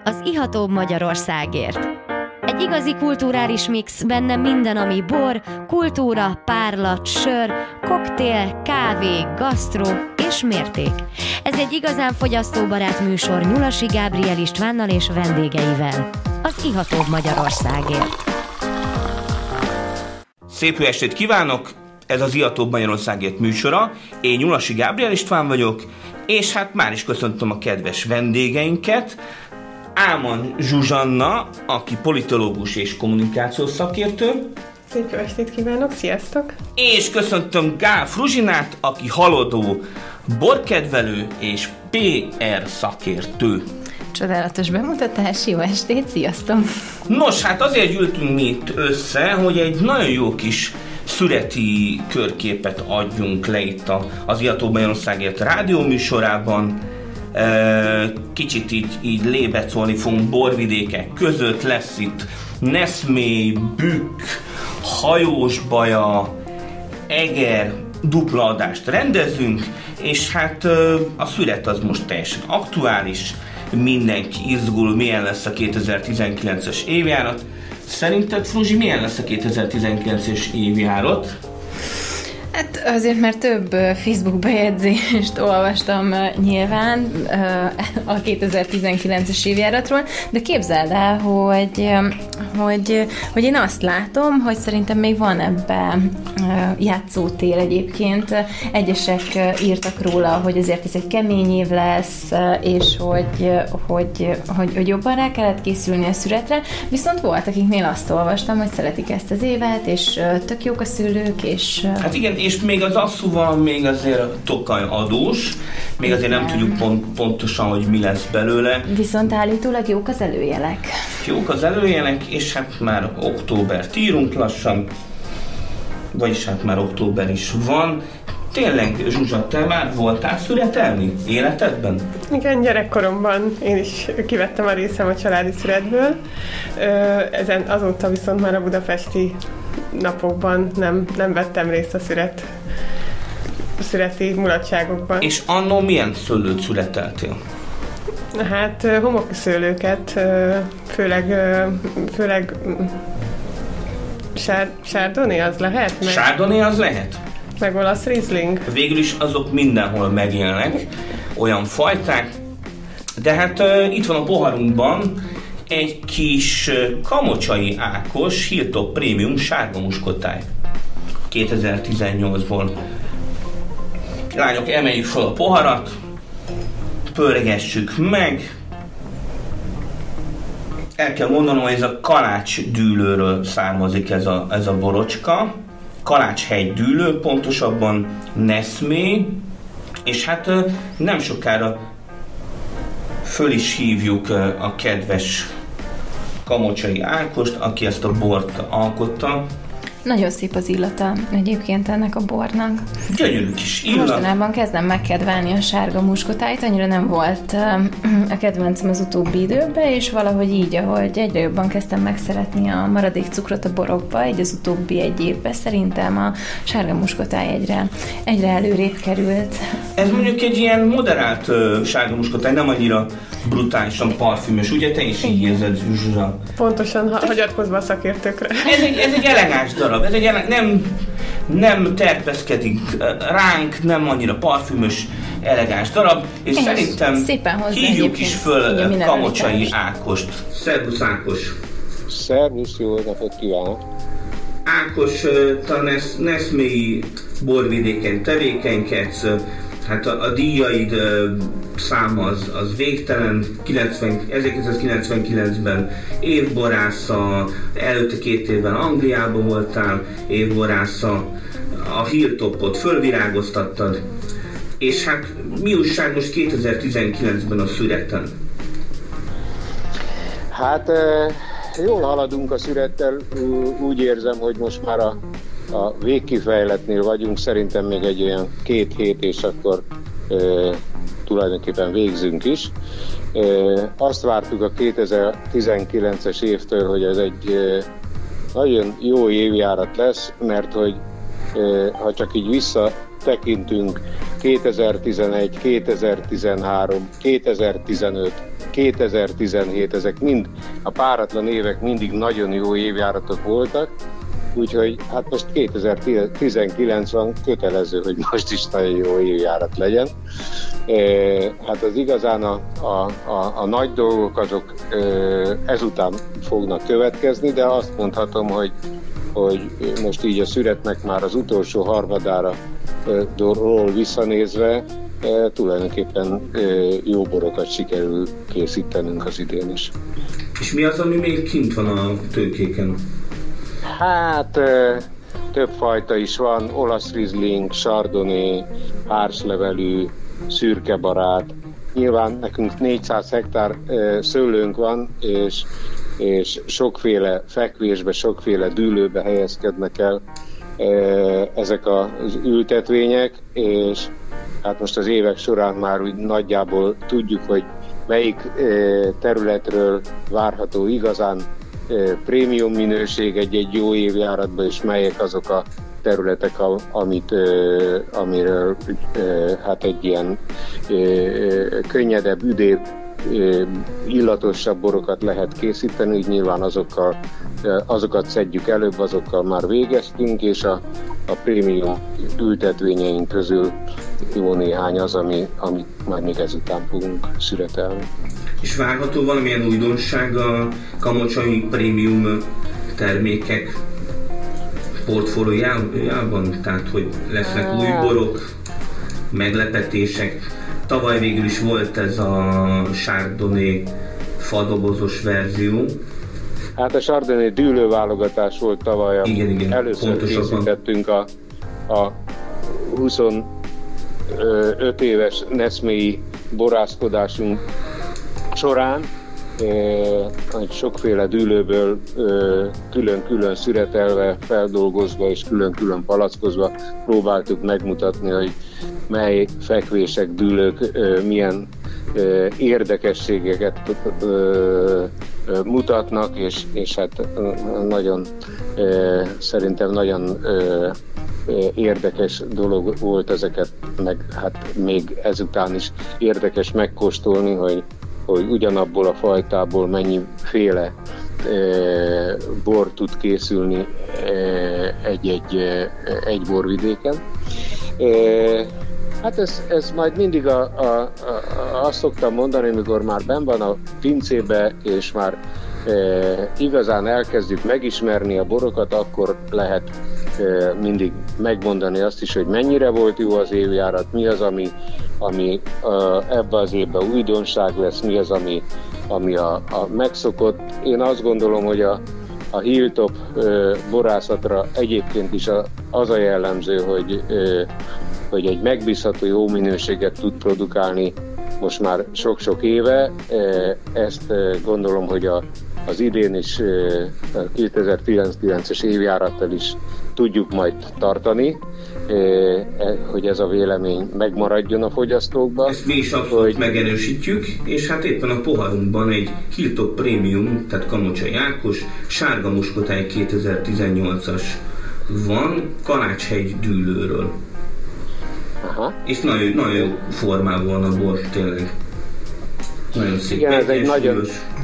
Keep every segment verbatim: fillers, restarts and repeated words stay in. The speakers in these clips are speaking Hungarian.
az ihatóbb Magyarországért. Egy igazi kulturális mix, benne minden, ami bor, kultúra, párlat, sör, koktél, kávé, gasztró és mérték. Ez egy igazán fogyasztóbarát műsor Nyulasi Gábriel Istvánnal és vendégeivel. Az ihatóbb Magyarországért. Szép jó estét kívánok! Ez az Ihatóbb Magyarországért műsora. Én Nyulasi Gábriel István vagyok, és hát már is köszöntöm a kedves vendégeinket. Áman Zsuzsanna, aki politológus és kommunikációs szakértő. Szép jó estét kívánok, sziasztok! És köszöntöm Gál Fruzsinát, aki haladó borkedvelő és pé er szakértő. Csodálatos bemutatás, jó estét, sziasztok! Nos, hát azért gyűltünk mi itt össze, hogy egy nagyon jó kis szüreti körképet adjunk le itt az Ihatóbb Magyarországért rádióműsorában. Kicsit így, így lébecolni fogunk borvidékek között, lesz itt Neszmély, Bükk, Hajósbaja, Eger, dupla adást rendezünk, és hát a szüret az most teljesen aktuális, mindenki izgul, milyen lesz a kétezer-tizenkilences évjárat. Szerinted, Fruzsi, milyen lesz a kétezer-tizenkilences évjárat? Hát azért, mert több Facebook bejegyzést olvastam nyilván a kétezer-tizenkilences évjáratról, de képzeld el, hogy, hogy, hogy én azt látom, hogy szerintem még van ebben játszótér egyébként. Egyesek írtak róla, hogy azért ez egy kemény év lesz, és hogy, hogy, hogy, hogy jobban rá kellett készülni a szüretre, viszont volt, akiknél azt olvastam, hogy szeretik ezt az évet, és tök jók a szőlők, és... Hát igen, és még az asszúval még azért Tokaj adós, még azért nem tudjuk pont, pontosan, hogy mi lesz belőle. Viszont állítólag jók az előjelek. Jók az előjelek, és hát már októbert írunk lassan, vagyis hát már október is van. Tényleg, Zsuzsa, te már voltál szüretelni életedben? Igen, gyerekkoromban én is kivettem a részem a családi szüretből. Ezen azóta viszont már a budapesti napokban nem, nem vettem részt a szüret, a szüreti mulatságokban. És annó milyen szőlőt születeltél? Hát homoki szőlőket, főleg, főleg sár, Chardonnay az lehet? Meg, Chardonnay az lehet? Meg olasz Riesling. Végül is azok mindenhol megélnek, olyan fajták, de hát uh, itt van a poharunkban egy kis Kamocsai Ákos Hilltop Premium sárga muskotáj kétezer-tizennyolcból. Lányok, emeljük fel a poharat, pörgessük meg. El kell mondanom, hogy ez a Kalács dűlőről származik ez a, ez a borocska. Kalácshegy dűlő, pontosabban Neszmély, és hát nem sokára föl is hívjuk a kedves Kamocsai Ákost, aki ezt a bort alkotta. Nagyon szép az illata egyébként ennek a bornak. Gyönyörű kis illat. Mostanában kezdem megkedvelni a sárga muskotájt, annyira nem volt a kedvencem az utóbbi időben, és valahogy így, ahogy egyre jobban kezdtem megszeretni a maradék cukrot a borokba, így az utóbbi egy évben szerintem a sárga muskotáj egyre, egyre előrébb került. Ez mondjuk egy ilyen moderált uh, sárga muskotáj, nem annyira brutálisan parfümös, ugye te is így érzed, Zsuzsa? Pontosan, ha, hagyatkozva a szakértőkre. Ez egy, ez egy elegáns darab, ez egy ele- nem, nem terpeszkedik ránk, nem annyira parfümös, elegáns darab, és, és szerintem hívjuk is föl Kamocsai Ákost. Szervusz, Ákos! Szervusz, jó napot kívánok! Ákos, te Nesz, Neszmélyi borvidéken tevékenykedsz, hát a, a díjaid száma az, az végtelen, ezerkilencszázkilencvenkilencben évborásza, előtte két évben Angliában voltál évborásza, a Hilltopot fölvirágoztattad, és hát mi újság most kétezer-tizenkilencben a szüreten? Hát jól haladunk a szürettel, úgy érzem, hogy most már a A végkifejletnél vagyunk, szerintem még egy olyan két hét, és akkor e, tulajdonképpen végzünk is. E, azt vártuk a kétezer-tizenkilences évtől, hogy ez egy e, nagyon jó évjárat lesz, mert hogy e, ha csak így visszatekintünk kétezer-tizenegy, kétezer-tizenhárom, kétezer-tizenöt, kétezer-tizenhét, ezek mind, a páratlan évek mindig nagyon jó évjáratok voltak, úgyhogy hát most kétezer-tizenkilenc van, kötelező, hogy most is nagyon jó évjárat legyen. Hát az igazán a, a, a, a nagy dolgok azok ezután fognak következni, de azt mondhatom, hogy, hogy most így a szüretnek már az utolsó harmadára ról visszanézve tulajdonképpen jó borokat sikerül készítenünk az idén is. És mi az, ami még kint van a tőkéken? Hát több fajta is van, olasz Riesling, Chardonnay, hárslevelű, szürkebarát. Nyilván nekünk négyszáz hektár szőlőnk van, és, és sokféle fekvésbe, sokféle dűlőbe helyezkednek el ezek az ültetvények, és hát most az évek során már úgy nagyjából tudjuk, hogy melyik területről várható igazán prémium minőség egy-egy jó évjáratban, és melyek azok a területek, amit, amiről hát egy ilyen könnyedebb, üdébb, illatosabb borokat lehet készíteni, így nyilván azokkal, azokat szedjük előbb, azokkal már végeztünk, és a, a prémium ültetvényeink közül jó néhány az, ami, amit már még ezután fogunk szüretelni. És várható valamilyen újdonság a kamocsai prémium termékek portfóliójában? Tehát, hogy lesznek új borok, meglepetések. Tavaly végül is volt ez a Chardonnay fadobozos verzió. Hát a Chardonnay dűlőválogatás volt tavaly. Igen, igen, először készítettünk a, a huszonöt éves neszmélyi borászkodásunk során. Egy sokféle dűlőből külön-külön szüretelve, feldolgozva és külön-külön palackozva próbáltuk megmutatni, hogy mely fekvések, dűlők milyen érdekességeket mutatnak, és, és hát nagyon, szerintem nagyon érdekes dolog volt ezeket, meg hát még ezután is érdekes megkóstolni, hogy hogy ugyanabból a fajtából mennyiféle e, bor tud készülni e, egy-egy e, egy borvidéken. E, hát ez, ez majd mindig a, a, a, azt szoktam mondani, amikor már benn van a pincébe, és már e, igazán elkezdjük megismerni a borokat, akkor lehet e, mindig megmondani azt is, hogy mennyire volt jó az évjárat, mi az, ami ami uh, ebben az évben újdonság lesz, mi az, ami, ami a, a megszokott. Én azt gondolom, hogy a, a Hilltop uh, borászatra egyébként is a, az a jellemző, hogy, uh, hogy egy megbízható jó minőséget tud produkálni most már sok-sok éve. Uh, ezt uh, gondolom, hogy a, az idén is uh, kétezer-tizenkilences évjárattal is tudjuk majd tartani, hogy ez a vélemény megmaradjon a fogyasztókban. Ezt mi is abszolút hogy... megerősítjük, és hát éppen a poharunkban egy Hilltop Premium, tehát Kamocsai Ákos, sárga muskotály kétezer-tizennyolcas van, Kalácshegy dűlőről. Aha. És nagyon, nagyon jó formában van a bor, tényleg. Nagyon szép. Igen, ez egy nagyon...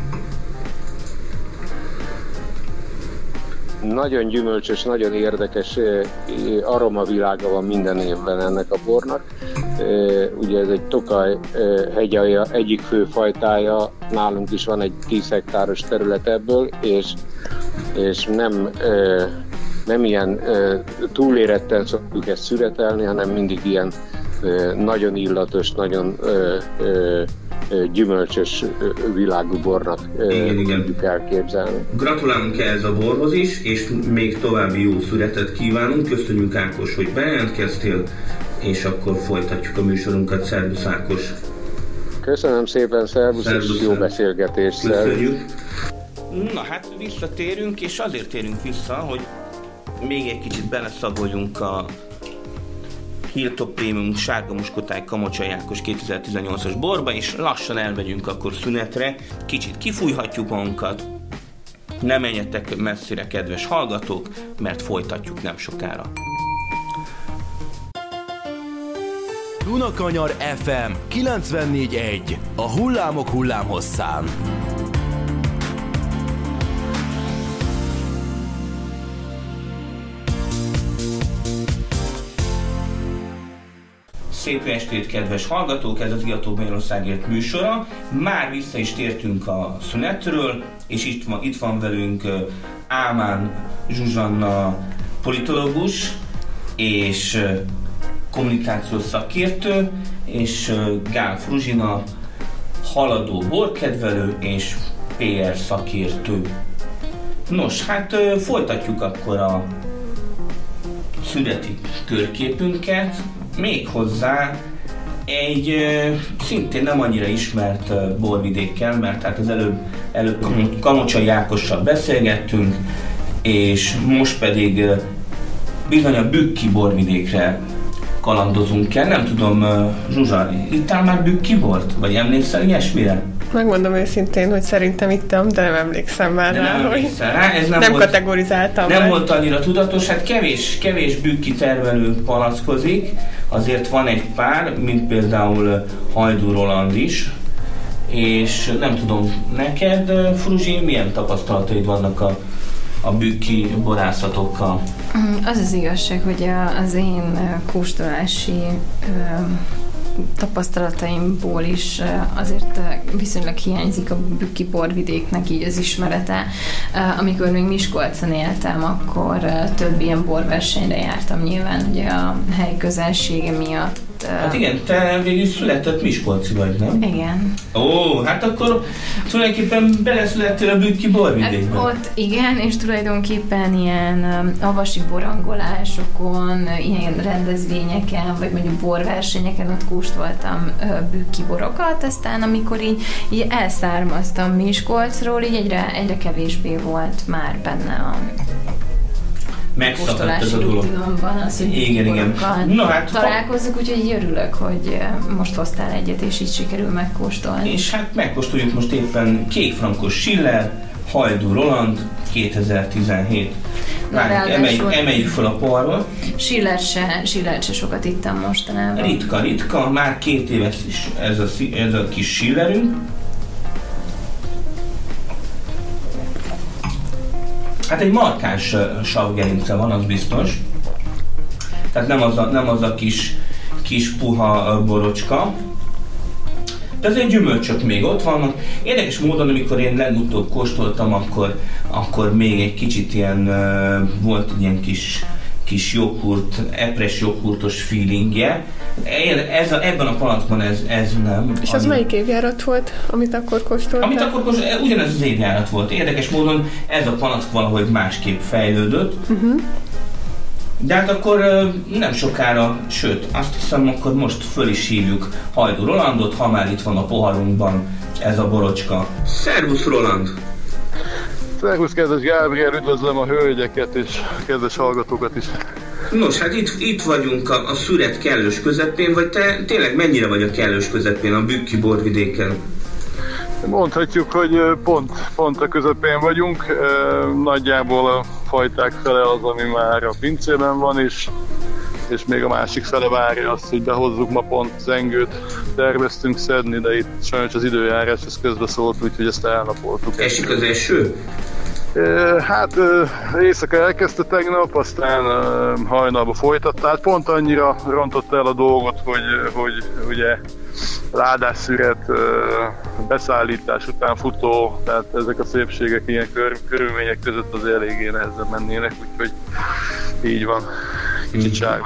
Nagyon gyümölcsös, nagyon érdekes aromavilága van minden évben ennek a bornak. Ugye ez egy Tokaj hegyalja egyik fő fajtája, nálunk is van egy tíz hektáros terület ebből, és, és nem, nem ilyen túléretten szoktuk ezt szüretelni, hanem mindig ilyen nagyon illatos, nagyon gyümölcsös világú bornak igen, igen. tudjuk elképzelni. Gratulálunk ehhez a borhoz is, és még további jó szüretet kívánunk. Köszönjük, Ákos, hogy bejelentkeztél, és akkor folytatjuk a műsorunkat. Szervusz, Ákos! Köszönöm szépen, szervusz, és jó beszélgetést! Köszönjük! Na hát visszatérünk, és azért térünk vissza, hogy még egy kicsit beleszagoljunk a Hilltop Premium sárga muskotály Kamocsai Ákos kétezer-tizennyolcas borba, és lassan elmegyünk akkor szünetre, kicsit kifújhatjuk magunkat, ne menjetek messzire, kedves hallgatók, mert folytatjuk nem sokára. Dunakanyar ef em kilencvennégy egy, a hullámok hullámhosszán. Szép estét, kedves hallgatók! Ez az Iató Magyarországért műsora. Már vissza is tértünk a szünetről, és itt van, itt van velünk Álmán Zsuzsanna politológus és kommunikációs szakértő, és Gál Fruzsina haladó borkedvelő és pé er szakértő. Nos, hát folytatjuk akkor a szüreti körképünket, méghozzá egy uh, szintén nem annyira ismert uh, borvidékkel, mert hát az előbb, előbb Kamocsai Ákossal beszélgettünk, és most pedig uh, bizony a Bükki borvidékre kalandozunk el. Nem tudom, uh, Zsuzsa, ittál már Bükki bort? Vagy emlékszel ilyesmire? Megmondom őszintén, hogy szerintem ittam, de nem emlékszem már de rá, nem hogy rá. Ez nem, nem volt, kategorizáltam. Nem meg. volt annyira tudatos, hát kevés, kevés Bükki termelő palackozik, azért van egy pár, mint például Hajdú Roland is, és nem tudom, neked, Fruzsi, milyen tapasztalataid vannak a, a bükki borászatokkal? Az az igazság, hogy az én kóstolási tapasztalataimból is azért viszonylag hiányzik a bükki borvidéknek így az ismerete. Amikor még Miskolcon éltem, akkor több ilyen borversenyre jártam nyilván, ugye a hely közelsége miatt. Hát igen, te végül született miskolci vagy, nem? Igen. Ó, hát akkor tulajdonképpen beleszülettél a bükki borvidékben. Hát ott igen, és tulajdonképpen ilyen avasi borangolásokon, ilyen rendezvényeken, vagy mondjuk borversenyeken ott kóstoltam bükki borokat, aztán amikor így, így elszármaztam Miskolcról, így egyre, egyre kevésbé volt már benne a megszakadt ez a dolog. Az, hogy igen, igen. No, hát, találkozzuk, úgyhogy örülök, hogy most hoztál egyet, és így sikerül megkóstolni. És hát megkóstoljuk most éppen kékfrankos Schiller, Hajdú Roland kétezer-tizenhét. Várjuk, emeljük, emeljük fel a poharról. Schiller se, Schiller se sokat ittam mostanában. Ritka, ritka, már két éves is ez a, ez a kis Schillerünk. Hát egy markáns savgerince van, az biztos. Tehát nem az a, nem az a kis, kis puha borocska. De azért gyümölcsök még ott vannak. Érdekes módon, amikor én legutóbb kóstoltam, akkor, akkor még egy kicsit ilyen, volt egy ilyen kis, kis joghurt, epres joghurtos feelingje. Ez a, ebben a palacban ez, ez nem. És az annyi... melyik évjárat volt, amit akkor kóstoltál? Amit akkor kóstoltál, ugyanez az évjárat volt. Érdekes módon ez a palack valahogy másképp fejlődött. Uh-huh. De hát akkor nem sokára, sőt, azt hiszem, akkor most föl is hívjuk Hajdú Rolandot, ha már itt van a poharunkban ez a borocska. Szervusz, Roland! Szervusz, kedves Gábriel, üdvözlöm a hölgyeket és a kedves hallgatókat is. Nos, hát itt, itt vagyunk a, a szüret kellős közepén, vagy te tényleg mennyire vagy a kellős közepén, a bükki borvidéken? Mondhatjuk, hogy pont, pont a közepén vagyunk. Nagyjából a fajták fele az, ami már a pincében van, és, és még a másik fele várja azt, hogy behozzuk. Ma pont zengőt terveztünk szedni, de itt sajnos az időjárás ez közbeszólt, úgyhogy ezt elnapoltuk. Esik az eső? Hát éjszaka elkezdte tegnap, aztán hajnalba folytatta. Hát pont annyira rontott el a dolgot, hogy, hogy ugye ládásszüret, beszállítás után futó, tehát ezek a szépségek ilyen kör, körülmények között az eléggé nehezen mennének, úgyhogy így van, kicsit sárga.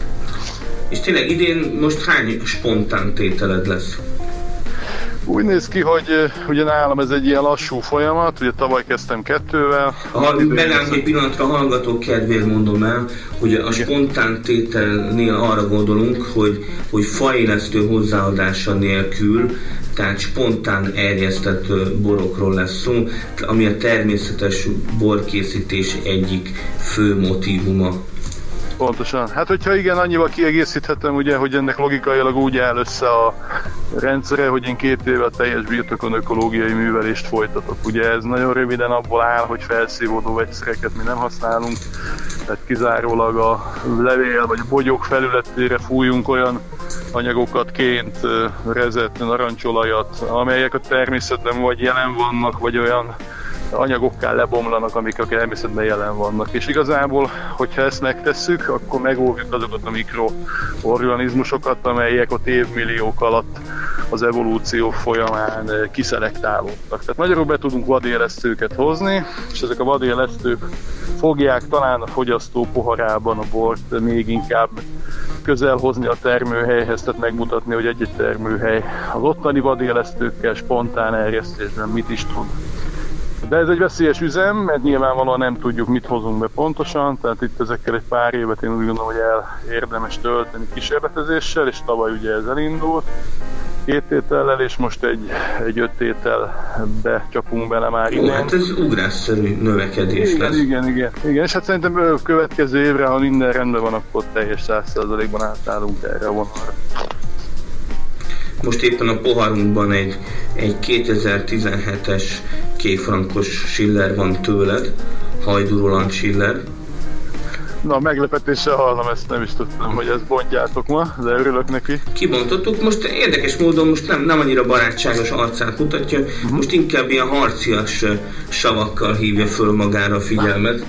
És tényleg idén most hány spontán tételed lesz? Úgy néz ki, hogy ugye nálam ez egy ilyen lassú folyamat, ugye tavaly kezdtem kettővel. Megállunk egy pillanatra, hallgatók kedvéért mondom el, hogy a spontán tételnél arra gondolunk, hogy, hogy faélesztő hozzáadása nélkül, tehát spontán erjesztett borokról lesz szó, ami a természetes borkészítés egyik fő motívuma. Pontosan. Hát hogyha igen, annyival kiegészíthetem, ugye, hogy ennek logikailag úgy áll össze a rendszere, hogy én két éve a teljes birtokon ökológiai művelést folytatok. Ugye ez nagyon röviden abból áll, hogy felszívódó vegyszereket mi nem használunk, tehát kizárólag a levél vagy a bogyók felületére fújunk olyan anyagokat, ként, rezet, narancsolajat, amelyek a természetben vagy jelen vannak, vagy olyan anyagokká lebomlanak, amik a természetben jelen vannak. És igazából, hogyha ezt megtesszük, akkor megóvjuk azokat a mikroorganizmusokat, amelyek ott évmilliók alatt az evolúció folyamán kiszelektálódtak. Tehát magyarul be tudunk vadélesztőket hozni, és ezek a vadélesztők fogják talán a fogyasztó poharában a bort még inkább közel hozni a termőhelyhez, tehát megmutatni, hogy egy-egy termőhely az ottani vadélesztőkkel spontán erjesztésben mit is tud. De ez egy veszélyes üzem, mert nyilvánvalóan nem tudjuk, mit hozunk be pontosan, tehát itt ezekkel egy pár évet én úgy gondolom, hogy el érdemes tölteni kísérletezéssel, és tavaly ugye ez elindult két tétellel, és most egy, egy öt tételbe csapunk bele már innen. Hát ez ugrásszerű növekedés igen, lesz. Igen, igen, igen, és hát szerintem a következő évre, ha minden rendben van, akkor teljes száz százalékban átállunk erre a vonalra. Most éppen a poharunkban egy, egy kétezer-tizenhetes kétfrankos Schiller van tőled, Hajdú Roland Schiller. Na, meglepetéssel hallom, ezt nem is tudtam, hogy ezt bontjátok ma, de örülök neki. Kibontottuk, most érdekes módon most nem, nem annyira barátságos arcát mutatja, uh-huh. most inkább ilyen harcias savakkal hívja föl magára a figyelmet.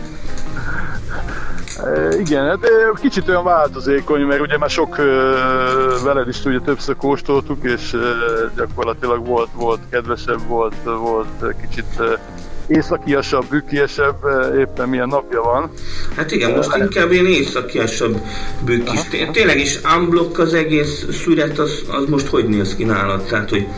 E, igen, hát kicsit olyan változékony, mert ugye már sok veled is ugye többször kóstoltuk, és gyakorlatilag volt, volt kedvesebb, volt, volt kicsit északiasabb, bükkiesebb, éppen milyen napja van. Hát igen, most inkább ilyen északiasabb bükkis. Tényleg is unblock az egész szüret, az, az most hogy néz ki nálad? Tehát, hogy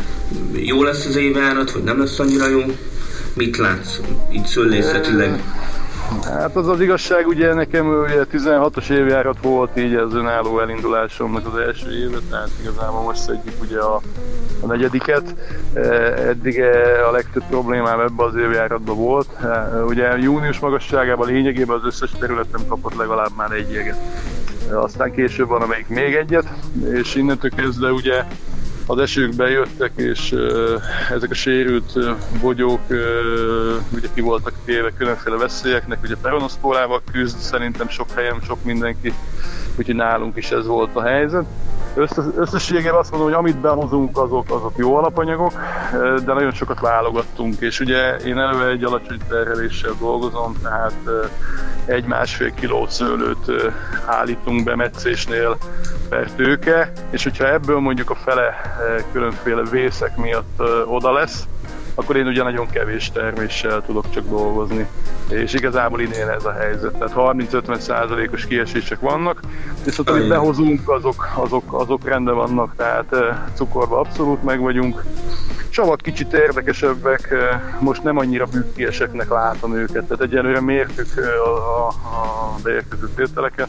jó lesz az évjárat, vagy nem lesz annyira jó? Mit látsz így szőlészetileg? Hát az az igazság, ugye nekem ugye tizenhatos évjárat volt így az önálló elindulásomnak az első éve, tehát igazából most szedjük ugye a, a negyediket. Eddig a legtöbb problémám ebben az évjáratban volt. Ugye június magasságában lényegében az összes területem kapott legalább már egy jeget. Aztán később van amelyik még egyet, és innentől kezdve ugye az esők bejöttek, és uh, ezek a sérült uh, bogyók uh, ugye ki voltak téve különféle veszélyeknek, ugye peronoszpórával küzd, szerintem sok helyen, sok mindenki, úgyhogy nálunk is ez volt a helyzet. Összes, összességében azt mondom, hogy amit behozunk, azok, azok jó alapanyagok, de nagyon sokat válogattunk, és ugye én eleve egy alacsony terheléssel dolgozom, tehát egy-másfél kiló szőlőt állítunk be meccésnél per tőke, és hogyha ebből mondjuk a fele különféle vészek miatt oda lesz, akkor én ugye nagyon kevés terméssel tudok csak dolgozni. És igazából idén ez a helyzet. Tehát harminc-ötven százalékos kiesések vannak, viszont amit behozunk, azok, azok, azok rendben vannak, tehát cukorba abszolút meg vagyunk. Savak kicsit érdekesebbek, most nem annyira bükkieseknek látom őket, tehát egyelőre mértük a, a, a beérkező tételeket,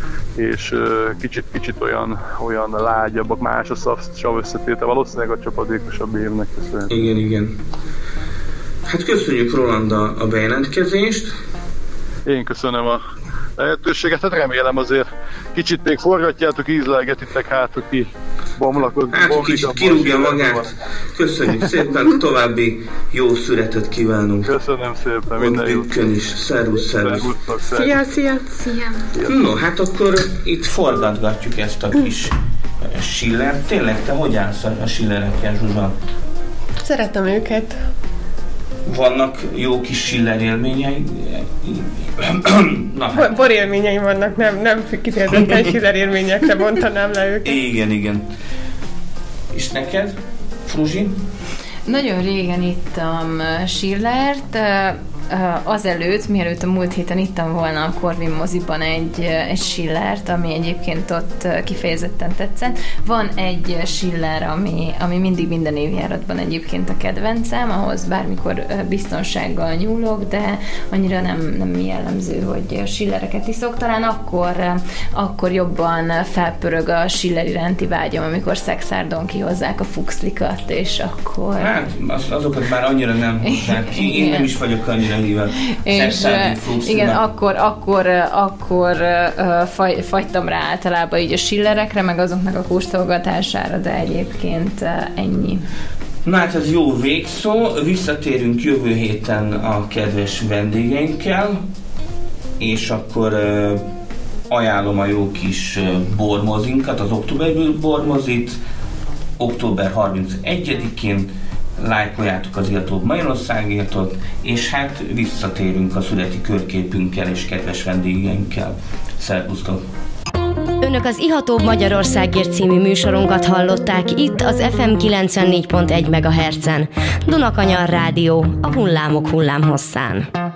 és kicsit, kicsit olyan, olyan lágyabbak, más a sav összetétel, valószínűleg a csapadékosabb évnek köszönhető. Igen, igen. Hát köszönjük Roland a bejelentkezést. Én köszönöm a lehetőséget, hát remélem azért kicsit még forgatjátok, ízlelgetitek, hát aki bomlakozik. Hát bomlik, kicsit kirúgja magát. Van. Köszönjük szépen, további jó születet kívánunk. Köszönöm szépen, minden jót. is. Szervusz, szervusz. Szia, szia, szia. No, hát akkor itt forgatgatjuk ezt a kis Schiller. Tényleg, te hogy állsz a Schillerekkel, Zsuzsa? Szeretem őket. Vannak jó kis Schiller élményei? Hát. Bor élményeim vannak, nem, nem kifejezetten Schiller élményekre bontanám le őket. Igen, igen. És neked, Fruzsi? Nagyon régen ittam Schillert, azelőtt, mielőtt a múlt héten ittam volna a Corvin moziban egy, egy Schillert, ami egyébként ott kifejezetten tetszett. Van egy Schiller, ami, ami mindig minden évjáratban egyébként a kedvencem, ahhoz bármikor biztonsággal nyúlok, de annyira nem, nem jellemző, hogy Schillereket iszok. Talán akkor, akkor jobban felpörög a Schiller iránti vágyam, amikor szexárdon kihozzák a fuxlikat, és akkor... Hát, azokat már annyira nem hozzák ki, én nem is vagyok annyira híven. És igen, akkor, akkor, akkor uh, faj, fagytam rá általában így a Schillerekre, meg azoknak a kóstolgatására, de egyébként uh, ennyi. Na hát ez jó végszó, visszatérünk jövő héten a kedves vendégeinkkel, és akkor uh, ajánlom a jó kis bormozinkat, az októberi bormozit, október harmincegyedikén lájkoljátok az Illató Magyarországértot, és hát visszatérünk a születi körképünkkel és kedves vendégeinkkel. Szervusztok! Önök az Ihatóbb Magyarországért című műsorunkat hallották itt az ef em kilencvennégy pont egy megahertzen. Dunakanyar Rádió, a hullámok hullámhosszán.